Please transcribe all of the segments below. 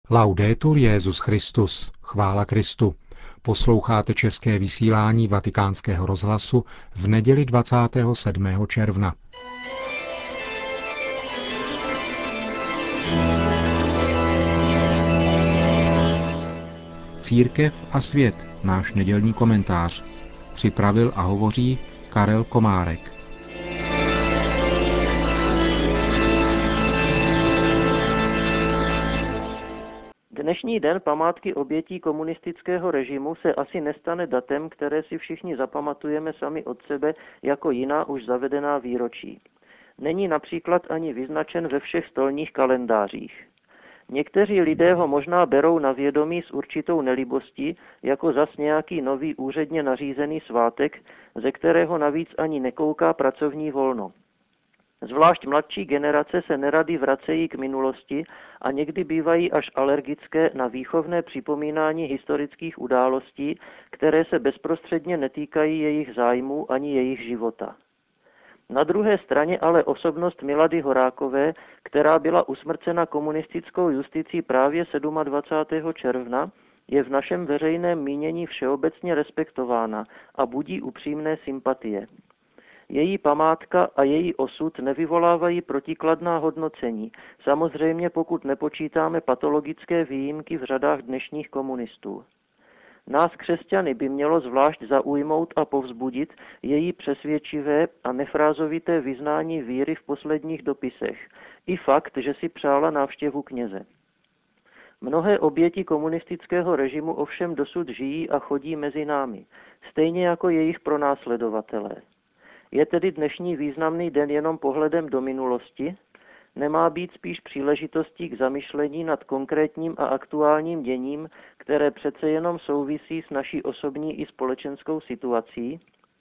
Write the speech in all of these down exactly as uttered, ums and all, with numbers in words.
Laudetur Jesus Christus, chvála Kristu. Posloucháte české vysílání Vatikánského rozhlasu v neděli dvacátého sedmého června. Církev a svět, náš nedělní komentář. Připravil a hovoří Karel Komárek. Dnešní den památky obětí komunistického režimu se asi nestane datem, které si všichni zapamatujeme sami od sebe jako jiná už zavedená výročí. Není například ani vyznačen ve všech stolních kalendářích. Někteří lidé ho možná berou na vědomí s určitou nelibostí, jako zas nějaký nový úředně nařízený svátek, ze kterého navíc ani nekouká pracovní volno. Zvlášť mladší generace se nerady vracejí k minulosti a někdy bývají až alergické na výchovné připomínání historických událostí, které se bezprostředně netýkají jejich zájmů ani jejich života. Na druhé straně ale osobnost Milady Horákové, která byla usmrcena komunistickou justicí právě dvacátého sedmého června, je v našem veřejném mínění všeobecně respektována a budí upřímné sympatie. Její památka a její osud nevyvolávají protikladná hodnocení, samozřejmě pokud nepočítáme patologické výjimky v řadách dnešních komunistů. Nás křesťany by mělo zvlášť zaujmout a povzbudit její přesvědčivé a nefrázovité vyznání víry v posledních dopisech, i fakt, že si přála návštěvu kněze. Mnohé oběti komunistického režimu ovšem dosud žijí a chodí mezi námi, stejně jako jejich pronásledovatelé. Je tedy dnešní významný den jenom pohledem do minulosti? Nemá být spíš příležitostí k zamyšlení nad konkrétním a aktuálním děním, které přece jenom souvisí s naší osobní i společenskou situací?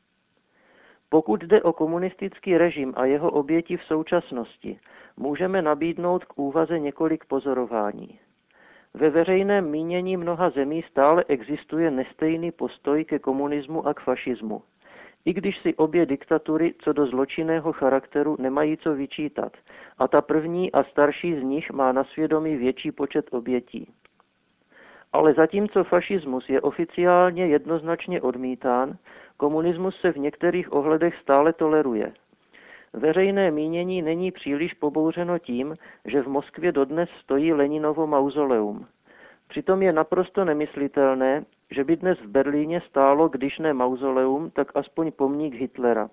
Pokud jde o komunistický režim a jeho oběti v současnosti, můžeme nabídnout k úvaze několik pozorování. Ve veřejném mínění mnoha zemí stále existuje nestejný postoj ke komunismu a k fašismu. I když si obě diktatury co do zločinného charakteru nemají co vyčítat, a ta první a starší z nich má na svědomí větší počet obětí. Ale zatímco fašismus je oficiálně jednoznačně odmítán, komunismus se v některých ohledech stále toleruje. Veřejné mínění není příliš pobouřeno tím, že v Moskvě dodnes stojí Leninovo mauzoleum. Přitom je naprosto nemyslitelné, že by dnes v Berlíně stálo, když ne mauzoleum, tak aspoň pomník Hitlera.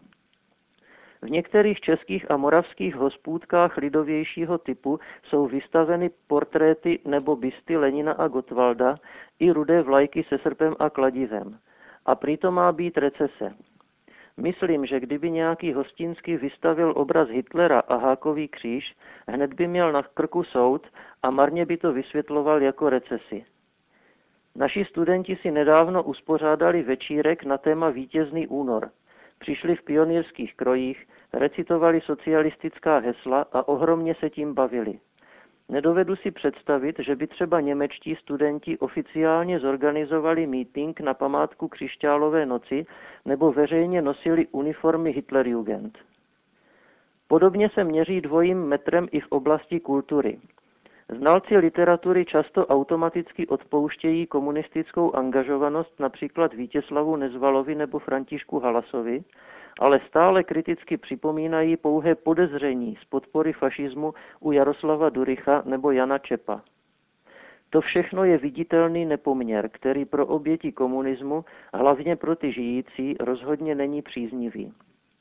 V některých českých a moravských hospůdkách lidovějšího typu jsou vystaveny portréty nebo busty Lenina a Gottwalda i rudé vlajky se srpem a kladivem. A prý to má být recese. Myslím, že kdyby nějaký hostinský vystavil obraz Hitlera a hákový kříž, hned by měl na krku soud a marně by to vysvětloval jako recesi. Naši studenti si nedávno uspořádali večírek na téma Vítězný únor. Přišli v pionýrských krojích, recitovali socialistická hesla a ohromně se tím bavili. Nedovedu si představit, že by třeba němečtí studenti oficiálně zorganizovali mítink na památku Křišťálové noci nebo veřejně nosili uniformy Hitlerjugend. Podobně se měří dvojím metrem i v oblasti kultury. Znalci literatury často automaticky odpouštějí komunistickou angažovanost například Vítězslavu Nezvalovi nebo Františku Halasovi, ale stále kriticky připomínají pouhé podezření z podpory fašismu u Jaroslava Duricha nebo Jana Čepa. To všechno je viditelný nepoměr, který pro oběti komunismu, hlavně pro ty žijící, rozhodně není příznivý.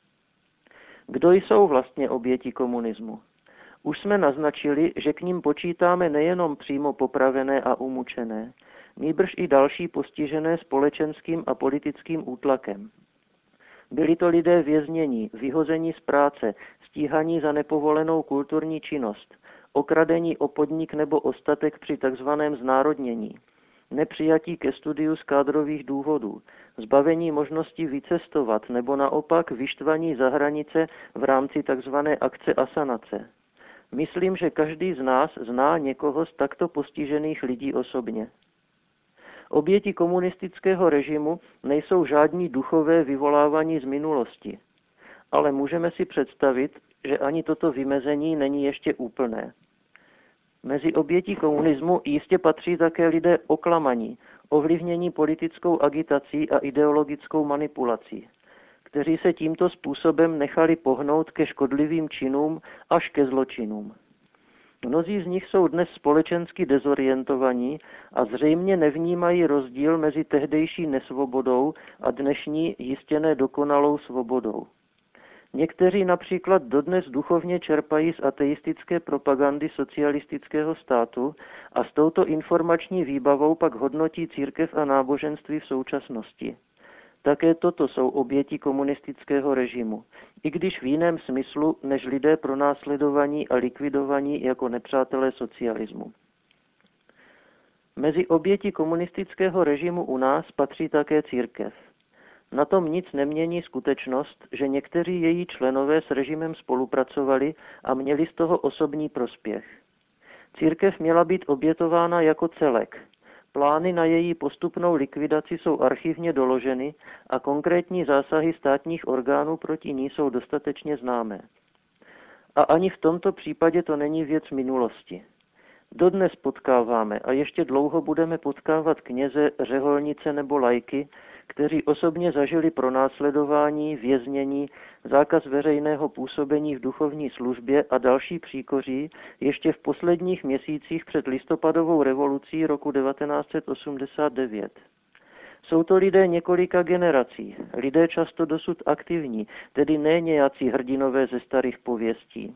Kdo jsou vlastně oběti komunismu? Už jsme naznačili, že k ním počítáme nejenom přímo popravené a umučené, nýbrž i další postižené společenským a politickým útlakem. Byli to lidé věznění, vyhození z práce, stíhaní za nepovolenou kulturní činnost, okradení o podnik nebo ostatek při takzvaném znárodnění, nepřijatí ke studiu z kádrových důvodů, zbavení možnosti vycestovat nebo naopak vyštvaní za hranice v rámci takzvané akce asanace. Myslím, že každý z nás zná někoho z takto postižených lidí osobně. Oběti komunistického režimu nejsou žádní duchové vyvolávaní z minulosti, ale můžeme si představit, že ani toto vymezení není ještě úplné. Mezi obětí komunismu jistě patří také lidé oklamaní, ovlivnění politickou agitací a ideologickou manipulací, kteří se tímto způsobem nechali pohnout ke škodlivým činům až ke zločinům. Mnozí z nich jsou dnes společensky dezorientovaní a zřejmě nevnímají rozdíl mezi tehdejší nesvobodou a dnešní jistě nedokonalou svobodou. Někteří například dodnes duchovně čerpají z ateistické propagandy socialistického státu a s touto informační výbavou pak hodnotí církev a náboženství v současnosti. Také toto jsou oběti komunistického režimu, i když v jiném smyslu než lidé pronásledovaní a likvidovaní jako nepřátelé socialismu. Mezi oběti komunistického režimu u nás patří také církev. Na tom nic nemění skutečnost, že někteří její členové s režimem spolupracovali a měli z toho osobní prospěch. Církev měla být obětována jako celek. Plány na její postupnou likvidaci jsou archivně doloženy a konkrétní zásahy státních orgánů proti ní jsou dostatečně známé. A ani v tomto případě to není věc minulosti. Dodnes potkáváme a ještě dlouho budeme potkávat kněze, řeholnice nebo laiky, kteří osobně zažili pronásledování, věznění, zákaz veřejného působení v duchovní službě a další příkoří ještě v posledních měsících před listopadovou revolucí roku devatenáct set osmdesát devět. Jsou to lidé několika generací, lidé často dosud aktivní, tedy ne nějací hrdinové ze starých pověstí.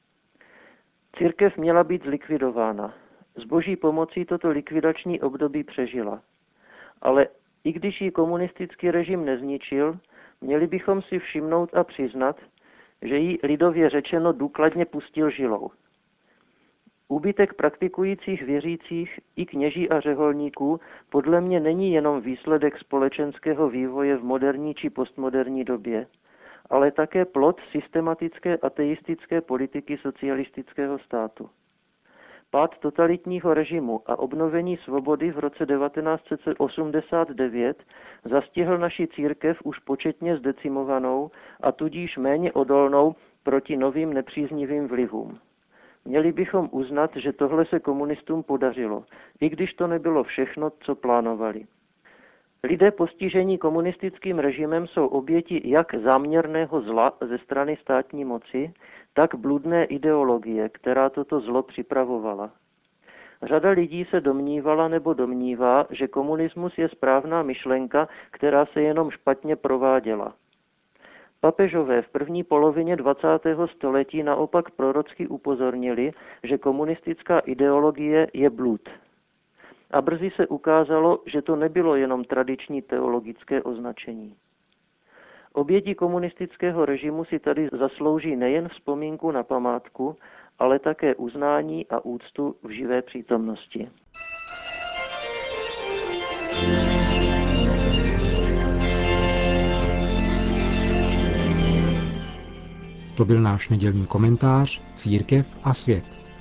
Církev měla být zlikvidována. S boží pomocí toto likvidační období přežila. Ale i když ji komunistický režim nezničil, měli bychom si všimnout a přiznat, že ji lidově řečeno důkladně pustil žilou. Úbytek praktikujících věřících i kněží a řeholníků podle mě není jenom výsledek společenského vývoje v moderní či postmoderní době, ale také plod systematické ateistické politiky socialistického státu. Pád totalitního režimu a obnovení svobody v roce devatenáct set osmdesát devět zastihl naši církev už početně zdecimovanou a tudíž méně odolnou proti novým nepříznivým vlivům. Měli bychom uznat, že tohle se komunistům podařilo, i když to nebylo všechno, co plánovali. Lidé postižení komunistickým režimem jsou oběti jak záměrného zla ze strany státní moci, tak bludné ideologie, která toto zlo připravovala. Řada lidí se domnívala nebo domnívá, že komunismus je správná myšlenka, která se jenom špatně prováděla. Papežové v první polovině dvacátého století naopak prorocky upozornili, že komunistická ideologie je blud. A brzy se ukázalo, že to nebylo jenom tradiční teologické označení. Oběti komunistického režimu si tady zaslouží nejen vzpomínku na památku, ale také uznání a úctu v živé přítomnosti. To byl náš nedělní komentář Církev a svět.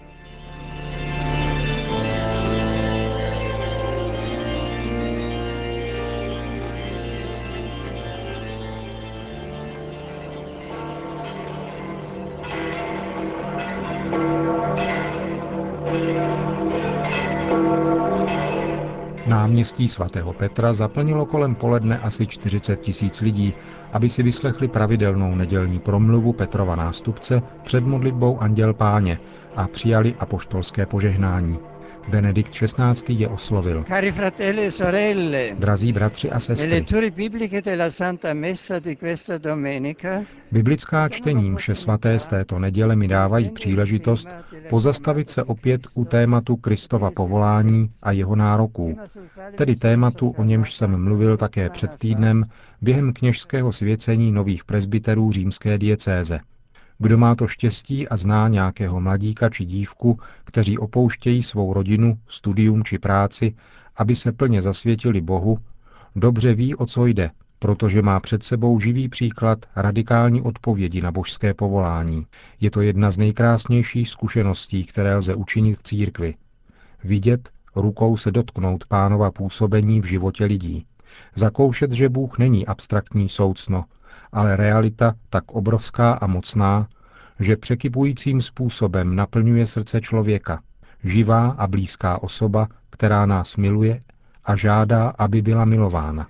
Náměstí svatého Petra zaplnilo kolem poledne asi čtyřicet tisíc lidí, aby si vyslechli pravidelnou nedělní promluvu Petrova nástupce před modlitbou Anděl Páně a přijali apoštolské požehnání. Benedikt šestnáctý je oslovil. Cari fratelli e sorelle, Drazí bratři a sestry, le letture bibliche della Santa Messa di questa domenica biblická čtení mše svaté z této neděle mi dávají příležitost pozastavit se opět u tématu Kristova povolání a jeho nároků, tedy tématu, o němž jsem mluvil také před týdnem během kněžského svěcení nových presbyterů římské diecéze. Kdo má to štěstí a zná nějakého mladíka či dívku, kteří opouštějí svou rodinu, studium či práci, aby se plně zasvětili Bohu, dobře ví, o co jde, protože má před sebou živý příklad radikální odpovědi na božské povolání. Je to jedna z nejkrásnějších zkušeností, které lze učinit v církvi. Vidět, rukou se dotknout Pánova působení v životě lidí. Zakoušet, že Bůh není abstraktní soucno, ale realita tak obrovská a mocná, že překypujícím způsobem naplňuje srdce člověka, živá a blízká osoba, která nás miluje a žádá, aby byla milována.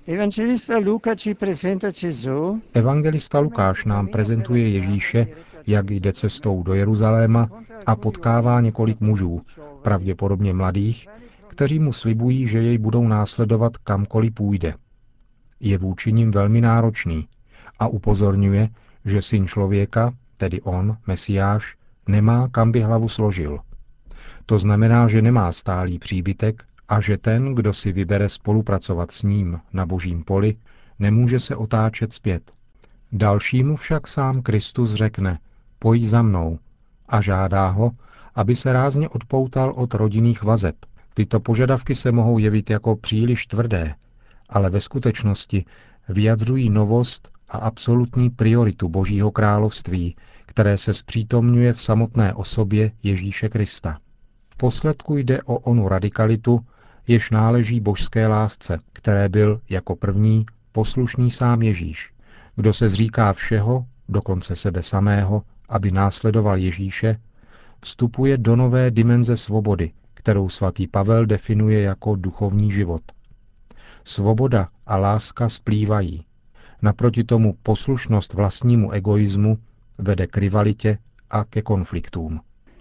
Evangelista Lukáš nám prezentuje Ježíše, jak jde cestou do Jeruzaléma a potkává několik mužů, pravděpodobně mladých, kteří mu slibují, že jej budou následovat kamkoliv půjde. Je vůči nim velmi náročný a upozorňuje, že syn člověka, tedy on, Mesiáš, nemá, kam by hlavu složil. To znamená, že nemá stálý příbytek a že ten, kdo si vybere spolupracovat s ním na božím poli, nemůže se otáčet zpět. Dalšímu však sám Kristus řekne, pojď za mnou, a žádá ho, aby se rázně odpoutal od rodinných vazeb. Tyto požadavky se mohou jevit jako příliš tvrdé, ale ve skutečnosti vyjadřují novost a absolutní prioritu Božího království, které se zpřítomňuje v samotné osobě Ježíše Krista. V posledku jde o onu radikalitu, jež náleží božské lásce, které byl jako první poslušný sám Ježíš. Kdo se zříká všeho, dokonce sebe samého, aby následoval Ježíše, vstupuje do nové dimenze svobody, kterou svatý Pavel definuje jako duchovní život. Svoboda a láska splývají. Naproti tomu poslušnost vlastnímu egoismu vede k rivalitě a ke konfliktům.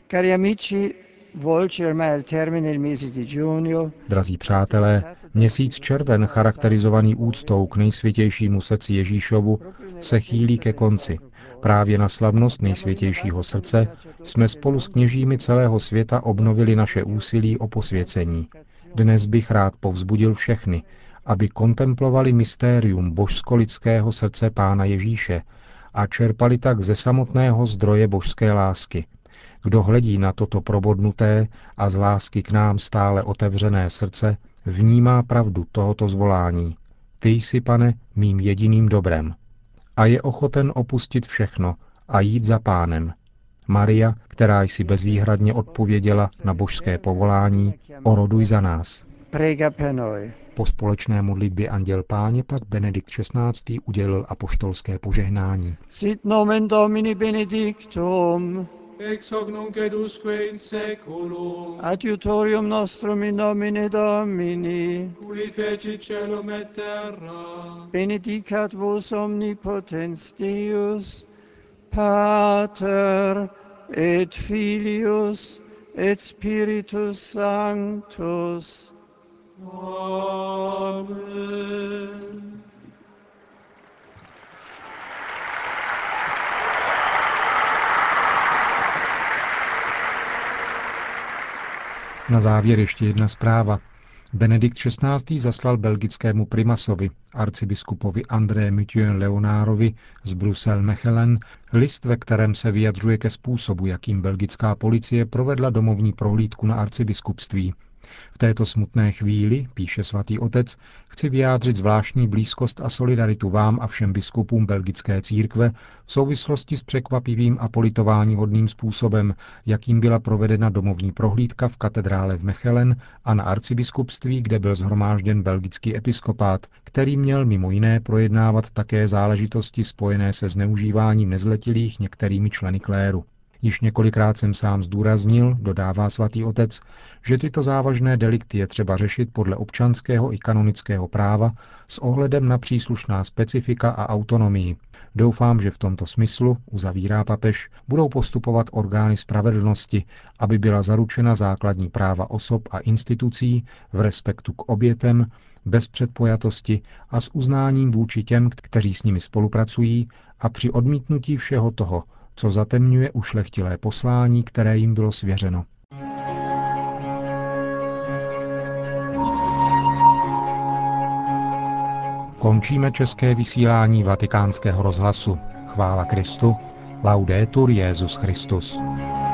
Drazí přátelé, měsíc červen, charakterizovaný úctou k nejsvětějšímu srdci Ježíšovu, se chýlí ke konci. Právě na slavnost nejsvětějšího srdce jsme spolu s kněžími celého světa obnovili naše úsilí o posvěcení. Dnes bych rád povzbudil všechny, aby kontemplovali mystérium božsko-lidského srdce Pána Ježíše a čerpali tak ze samotného zdroje božské lásky. Kdo hledí na toto probodnuté a z lásky k nám stále otevřené srdce, vnímá pravdu tohoto zvolání. Ty jsi, Pane, mým jediným dobrem. A je ochoten opustit všechno a jít za Pánem. Maria, která jsi bezvýhradně odpověděla na božské povolání, oroduj za nás. Po společné modlitbě Anděl Páně pak Benedikt šestnáctý udělil apoštolské požehnání. Sit nomen Domini benedictum. Ex hoc nunc et usque in seculum. Adiutorium nostrum in nomine Domini. Qui fecit caelum et terra. Benedicat vos omnipotens Deus, Pater et Filius et Spiritus Sanctus. Amen. Na závěr ještě jedna zpráva. Benedikt šestnáctý zaslal belgickému primasovi, arcibiskupovi André Muthieu Leonárovi z Brusel-Mechelen, list, ve kterém se vyjadřuje ke způsobu, jakým belgická policie provedla domovní prohlídku na arcibiskupství. V této smutné chvíli, píše svatý otec, chci vyjádřit zvláštní blízkost a solidaritu vám a všem biskupům belgické církve v souvislosti s překvapivým a politováníhodným způsobem, jakým byla provedena domovní prohlídka v katedrále v Mechelen a na arcibiskupství, kde byl shromážděn belgický episkopát, který měl mimo jiné projednávat také záležitosti spojené se zneužíváním nezletilých některými členy kléru. Již několikrát jsem sám zdůraznil, dodává svatý otec, že tyto závažné delikty je třeba řešit podle občanského i kanonického práva s ohledem na příslušná specifika a autonomii. Doufám, že v tomto smyslu, uzavírá papež, budou postupovat orgány spravedlnosti, aby byla zaručena základní práva osob a institucí v respektu k obětem, bez předpojatosti a s uznáním vůči těm, kteří s nimi spolupracují, a při odmítnutí všeho toho, co zatemňuje ušlechtilé poslání, které jim bylo svěřeno. Končíme české vysílání Vatikánského rozhlasu. Chvála Kristu. Laudetur Jesus Christus.